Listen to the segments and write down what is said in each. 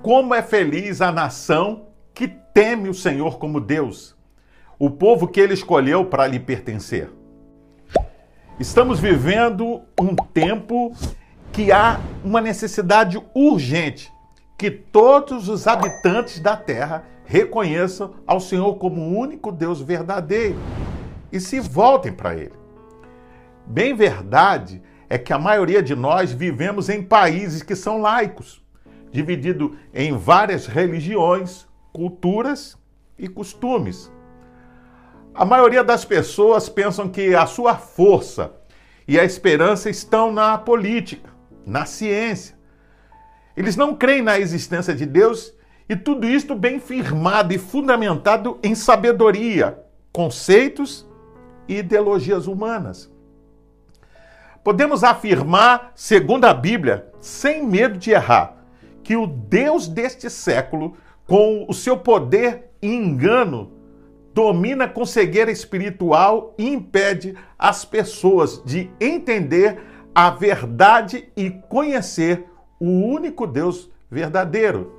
como é feliz a nação que teme o Senhor como Deus, o povo que ele escolheu para lhe pertencer. Estamos vivendo um tempo que há uma necessidade urgente que todos os habitantes da terra reconheçam ao Senhor como o único Deus verdadeiro e se voltem para ele. Bem verdade é que a maioria de nós vivemos em países que são laicos, divididos em várias religiões, culturas e costumes. A maioria das pessoas pensam que a sua força e a esperança estão na política, na ciência. Eles não creem na existência de Deus e tudo isto bem firmado e fundamentado em sabedoria, conceitos e ideologias humanas. Podemos afirmar, segundo a Bíblia, sem medo de errar, que o Deus deste século, com o seu poder e engano, domina com cegueira espiritual e impede as pessoas de entender a verdade e conhecer o único Deus verdadeiro.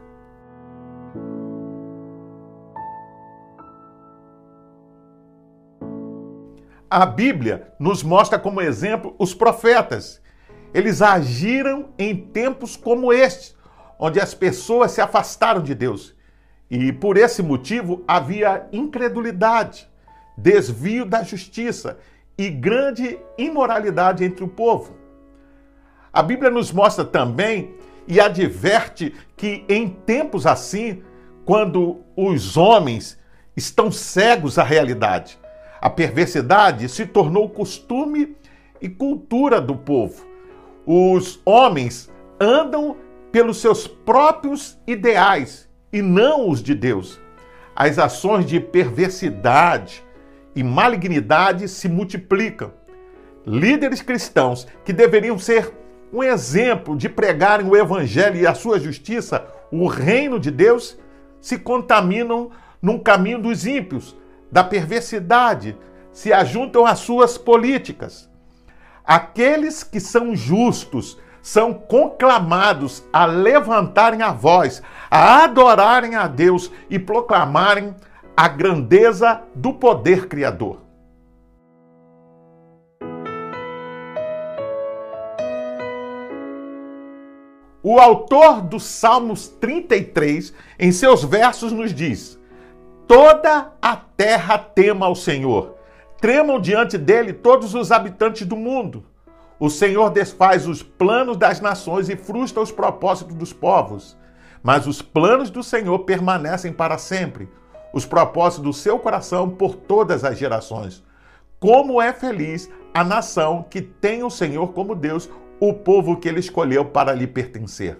A Bíblia nos mostra como exemplo os profetas. Eles agiram em tempos como este, onde as pessoas se afastaram de Deus. E por esse motivo havia incredulidade, desvio da justiça e grande imoralidade entre o povo. A Bíblia nos mostra também e adverte que em tempos assim, quando os homens estão cegos à realidade, a perversidade se tornou costume e cultura do povo. Os homens andam pelos seus próprios ideais e não os de Deus. As ações de perversidade e malignidade se multiplicam. Líderes cristãos que deveriam ser um exemplo de pregarem o evangelho e a sua justiça, o reino de Deus, se contaminam num caminho dos ímpios, da perversidade, se ajuntam às suas políticas. Aqueles que são justos são conclamados a levantarem a voz, a adorarem a Deus e proclamarem a grandeza do poder criador. O autor do Salmos 33, em seus versos, nos diz: toda a terra tema ao Senhor, tremam diante dele todos os habitantes do mundo. O Senhor desfaz os planos das nações e frustra os propósitos dos povos. Mas os planos do Senhor permanecem para sempre, os propósitos do seu coração por todas as gerações. Como é feliz a nação que tem o Senhor como Deus, o povo que ele escolheu para lhe pertencer.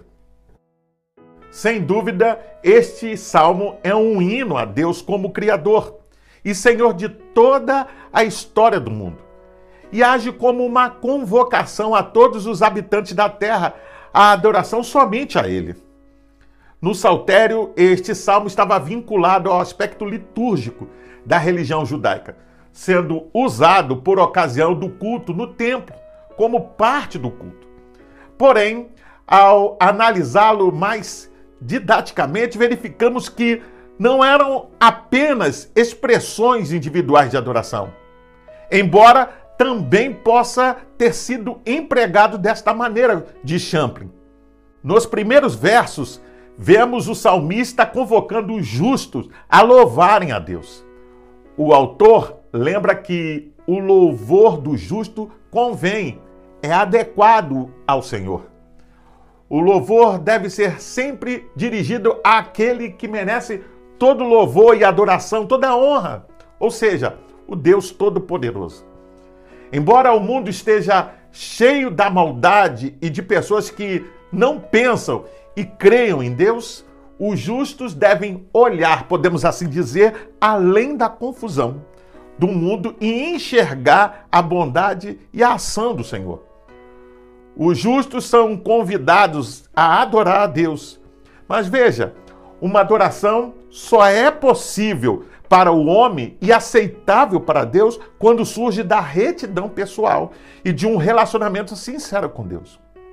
Sem dúvida, este salmo é um hino a Deus como Criador e Senhor de toda a história do mundo. E age como uma convocação a todos os habitantes da terra à adoração somente a Ele. No Saltério, este salmo estava vinculado ao aspecto litúrgico da religião judaica, sendo usado por ocasião do culto no templo, como parte do culto. Porém, ao analisá-lo mais didaticamente, verificamos que não eram apenas expressões individuais de adoração, embora também possa ter sido empregado desta maneira, diz Champlin. Nos primeiros versos, vemos o salmista convocando os justos a louvarem a Deus. O autor lembra que o louvor do justo convém, é adequado ao Senhor. O louvor deve ser sempre dirigido àquele que merece todo louvor e adoração, toda honra, ou seja, o Deus Todo-Poderoso. Embora o mundo esteja cheio da maldade e de pessoas que não pensam e creiam em Deus, os justos devem olhar, podemos assim dizer, além da confusão do mundo e enxergar a bondade e a ação do Senhor. Os justos são convidados a adorar a Deus. Mas veja, uma adoração só é possível para o homem e aceitável para Deus quando surge da retidão pessoal e de um relacionamento sincero com Deus.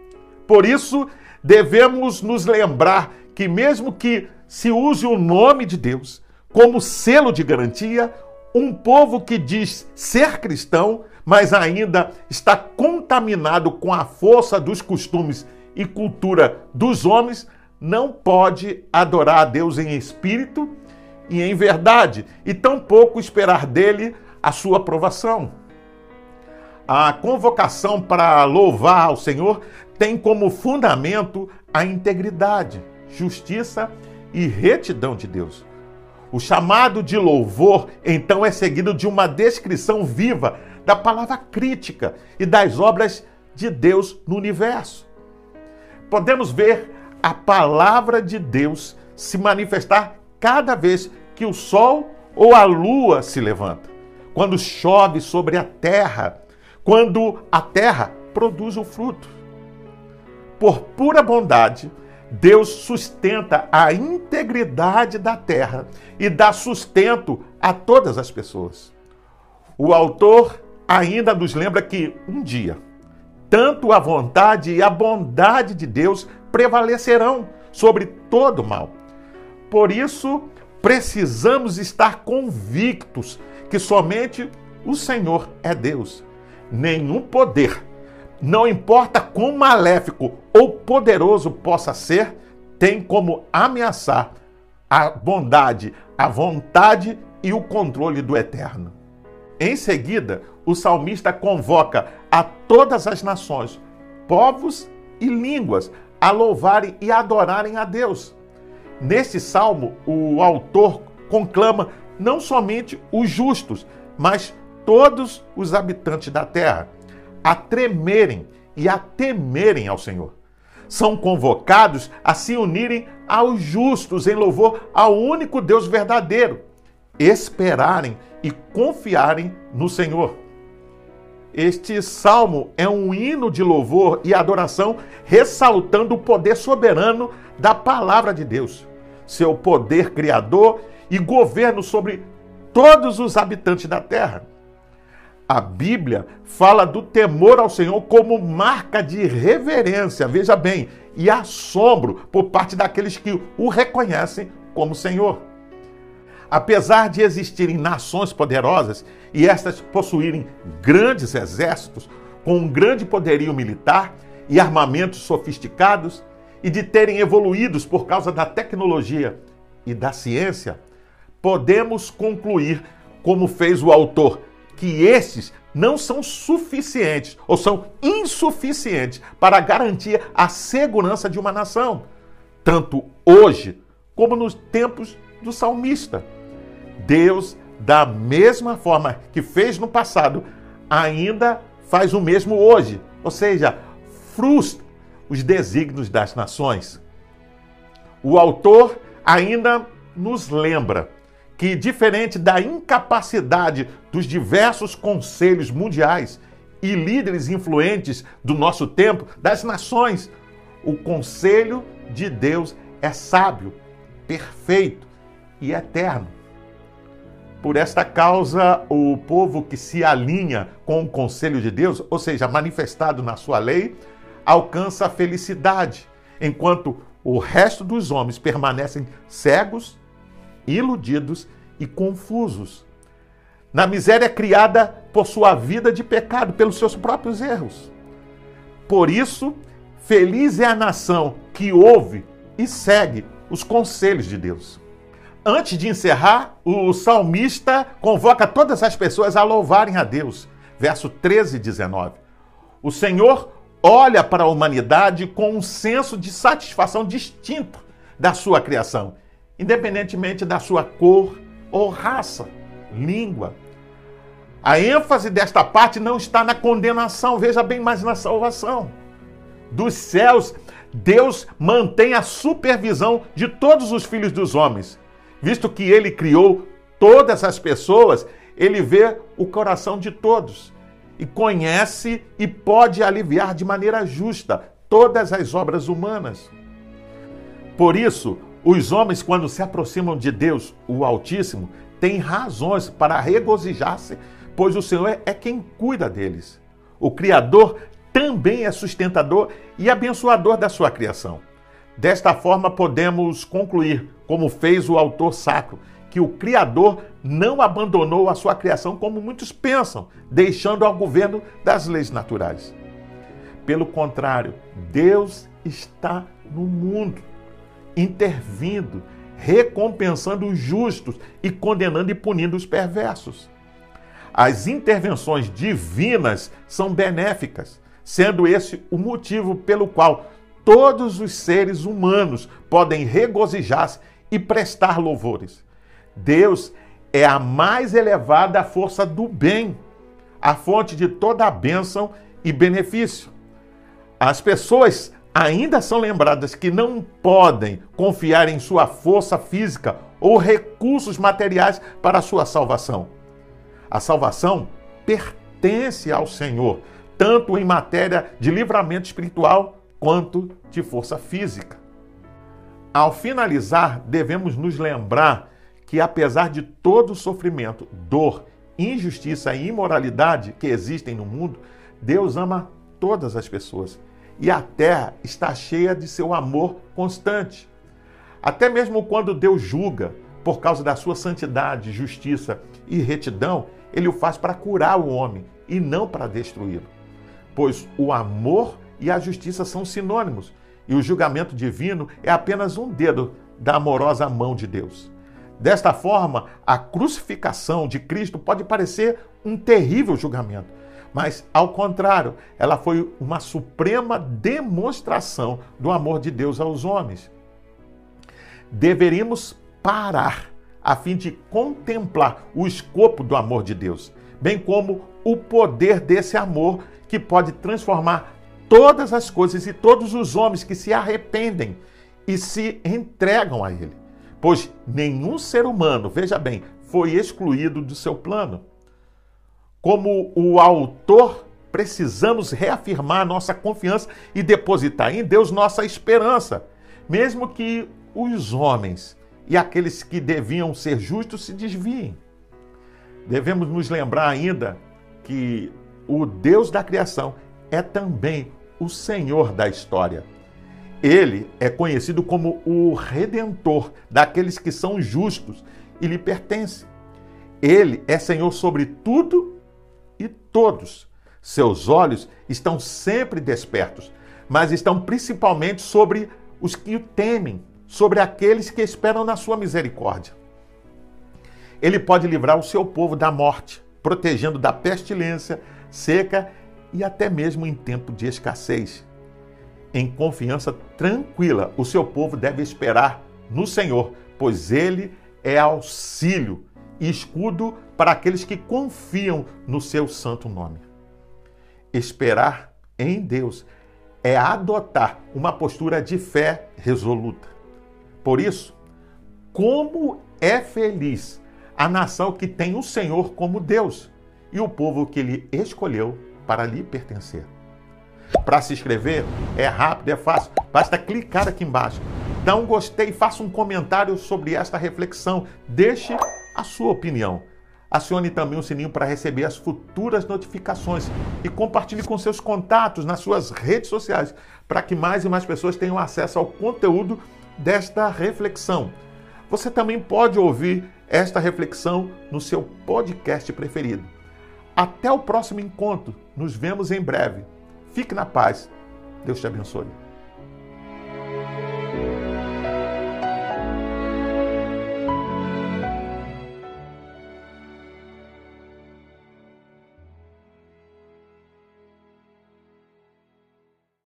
Por isso, devemos nos lembrar que mesmo que se use o nome de Deus como selo de garantia, um povo que diz ser cristão, mas ainda está contaminado com a força dos costumes e cultura dos homens, não pode adorar a Deus em espírito e em verdade, e tampouco esperar dele a sua aprovação. A convocação para louvar ao Senhor tem como fundamento a integridade, justiça e retidão de Deus. O chamado de louvor, então, é seguido de uma descrição viva da palavra crítica e das obras de Deus no universo. Podemos ver a palavra de Deus se manifestar cada vez que o sol ou a lua se levanta, quando chove sobre a terra, quando a terra produz o fruto. Por pura bondade, Deus sustenta a integridade da terra e dá sustento a todas as pessoas. O autor ainda nos lembra que um dia, tanto a vontade e a bondade de Deus prevalecerão sobre todo o mal. Por isso, precisamos estar convictos que somente o Senhor é Deus. Nenhum poder, não importa quão maléfico ou poderoso possa ser, tem como ameaçar a bondade, a vontade e o controle do Eterno. Em seguida, o salmista convoca a todas as nações, povos e línguas a louvarem e adorarem a Deus. Neste salmo, o autor conclama não somente os justos, mas todos os habitantes da terra a tremerem e a temerem ao Senhor. São convocados a se unirem aos justos em louvor ao único Deus verdadeiro, esperarem e confiarem no Senhor. Este salmo é um hino de louvor e adoração, ressaltando o poder soberano da palavra de Deus, seu poder criador e governo sobre todos os habitantes da terra. A Bíblia fala do temor ao Senhor como marca de reverência, veja bem, e assombro por parte daqueles que o reconhecem como Senhor. Apesar de existirem nações poderosas e estas possuírem grandes exércitos com um grande poderio militar e armamentos sofisticados e de terem evoluídos por causa da tecnologia e da ciência, podemos concluir, como fez o autor, que estes não são suficientes ou são insuficientes para garantir a segurança de uma nação, tanto hoje como nos tempos do salmista. Deus, da mesma forma que fez no passado, ainda faz o mesmo hoje, ou seja, frustra os desígnios das nações. O autor ainda nos lembra que, diferente da incapacidade dos diversos conselhos mundiais e líderes influentes do nosso tempo, das nações, o conselho de Deus é sábio, perfeito e eterno. Por esta causa, o povo que se alinha com o conselho de Deus, ou seja, manifestado na sua lei, alcança a felicidade, enquanto o resto dos homens permanecem cegos, iludidos e confusos, na miséria criada por sua vida de pecado, pelos seus próprios erros. Por isso, feliz é a nação que ouve e segue os conselhos de Deus. Antes de encerrar, o salmista convoca todas as pessoas a louvarem a Deus. Verso 13 e 19. O Senhor olha para a humanidade com um senso de satisfação distinto da sua criação, independentemente da sua cor ou raça, língua. A ênfase desta parte não está na condenação, veja bem, mas na salvação. Dos céus, Deus mantém a supervisão de todos os filhos dos homens. Visto que ele criou todas as pessoas, ele vê o coração de todos e conhece e pode aliviar de maneira justa todas as obras humanas. Por isso, os homens, quando se aproximam de Deus, o Altíssimo, têm razões para regozijar-se, pois o Senhor é quem cuida deles. O Criador também é sustentador e abençoador da sua criação. Desta forma, podemos concluir, como fez o autor sacro, que o Criador não abandonou a sua criação como muitos pensam, deixando ao governo das leis naturais. Pelo contrário, Deus está no mundo, intervindo, recompensando os justos e condenando e punindo os perversos. As intervenções divinas são benéficas, sendo esse o motivo pelo qual todos os seres humanos podem regozijar-se e prestar louvores. Deus é a mais elevada força do bem, a fonte de toda a bênção e benefício. As pessoas ainda são lembradas que não podem confiar em sua força física ou recursos materiais para a sua salvação. A salvação pertence ao Senhor, tanto em matéria de livramento espiritual quanto de força física. Ao finalizar, devemos nos lembrar que, apesar de todo o sofrimento, dor, injustiça e imoralidade que existem no mundo, Deus ama todas as pessoas e a terra está cheia de seu amor constante. Até mesmo quando Deus julga, por causa da sua santidade, justiça e retidão, ele o faz para curar o homem e não para destruí-lo. Pois o amor e a justiça são sinônimos e o julgamento divino é apenas um dedo da amorosa mão de Deus. Desta forma, a crucificação de Cristo pode parecer um terrível julgamento, mas, ao contrário, ela foi uma suprema demonstração do amor de Deus aos homens. Deveríamos parar a fim de contemplar o escopo do amor de Deus, bem como o poder desse amor que pode transformar todas as coisas e todos os homens que se arrependem e se entregam a Ele. Pois nenhum ser humano, veja bem, foi excluído do seu plano. Como o autor, precisamos reafirmar nossa confiança e depositar em Deus nossa esperança, mesmo que os homens e aqueles que deviam ser justos se desviem. Devemos nos lembrar ainda que o Deus da criação é também o Senhor da história. Ele é conhecido como o Redentor daqueles que são justos e lhe pertence. Ele é Senhor sobre tudo e todos. Seus olhos estão sempre despertos, mas estão principalmente sobre os que o temem, sobre aqueles que esperam na sua misericórdia. Ele pode livrar o seu povo da morte, protegendo da pestilência, seca e até mesmo em tempo de escassez. Em confiança tranquila, o seu povo deve esperar no Senhor, pois Ele é auxílio e escudo para aqueles que confiam no seu santo nome. Esperar em Deus é adotar uma postura de fé resoluta. Por isso, como é feliz a nação que tem o Senhor como Deus e o povo que Ele escolheu para lhe pertencer. Para se inscrever, é rápido, é fácil, basta clicar aqui embaixo. Dá um gostei, faça um comentário sobre esta reflexão, deixe a sua opinião. Acione também o sininho para receber as futuras notificações e compartilhe com seus contatos nas suas redes sociais, para que mais e mais pessoas tenham acesso ao conteúdo desta reflexão. Você também pode ouvir esta reflexão no seu podcast preferido. Até o próximo encontro, nos vemos em breve. Fique na paz. Deus te abençoe.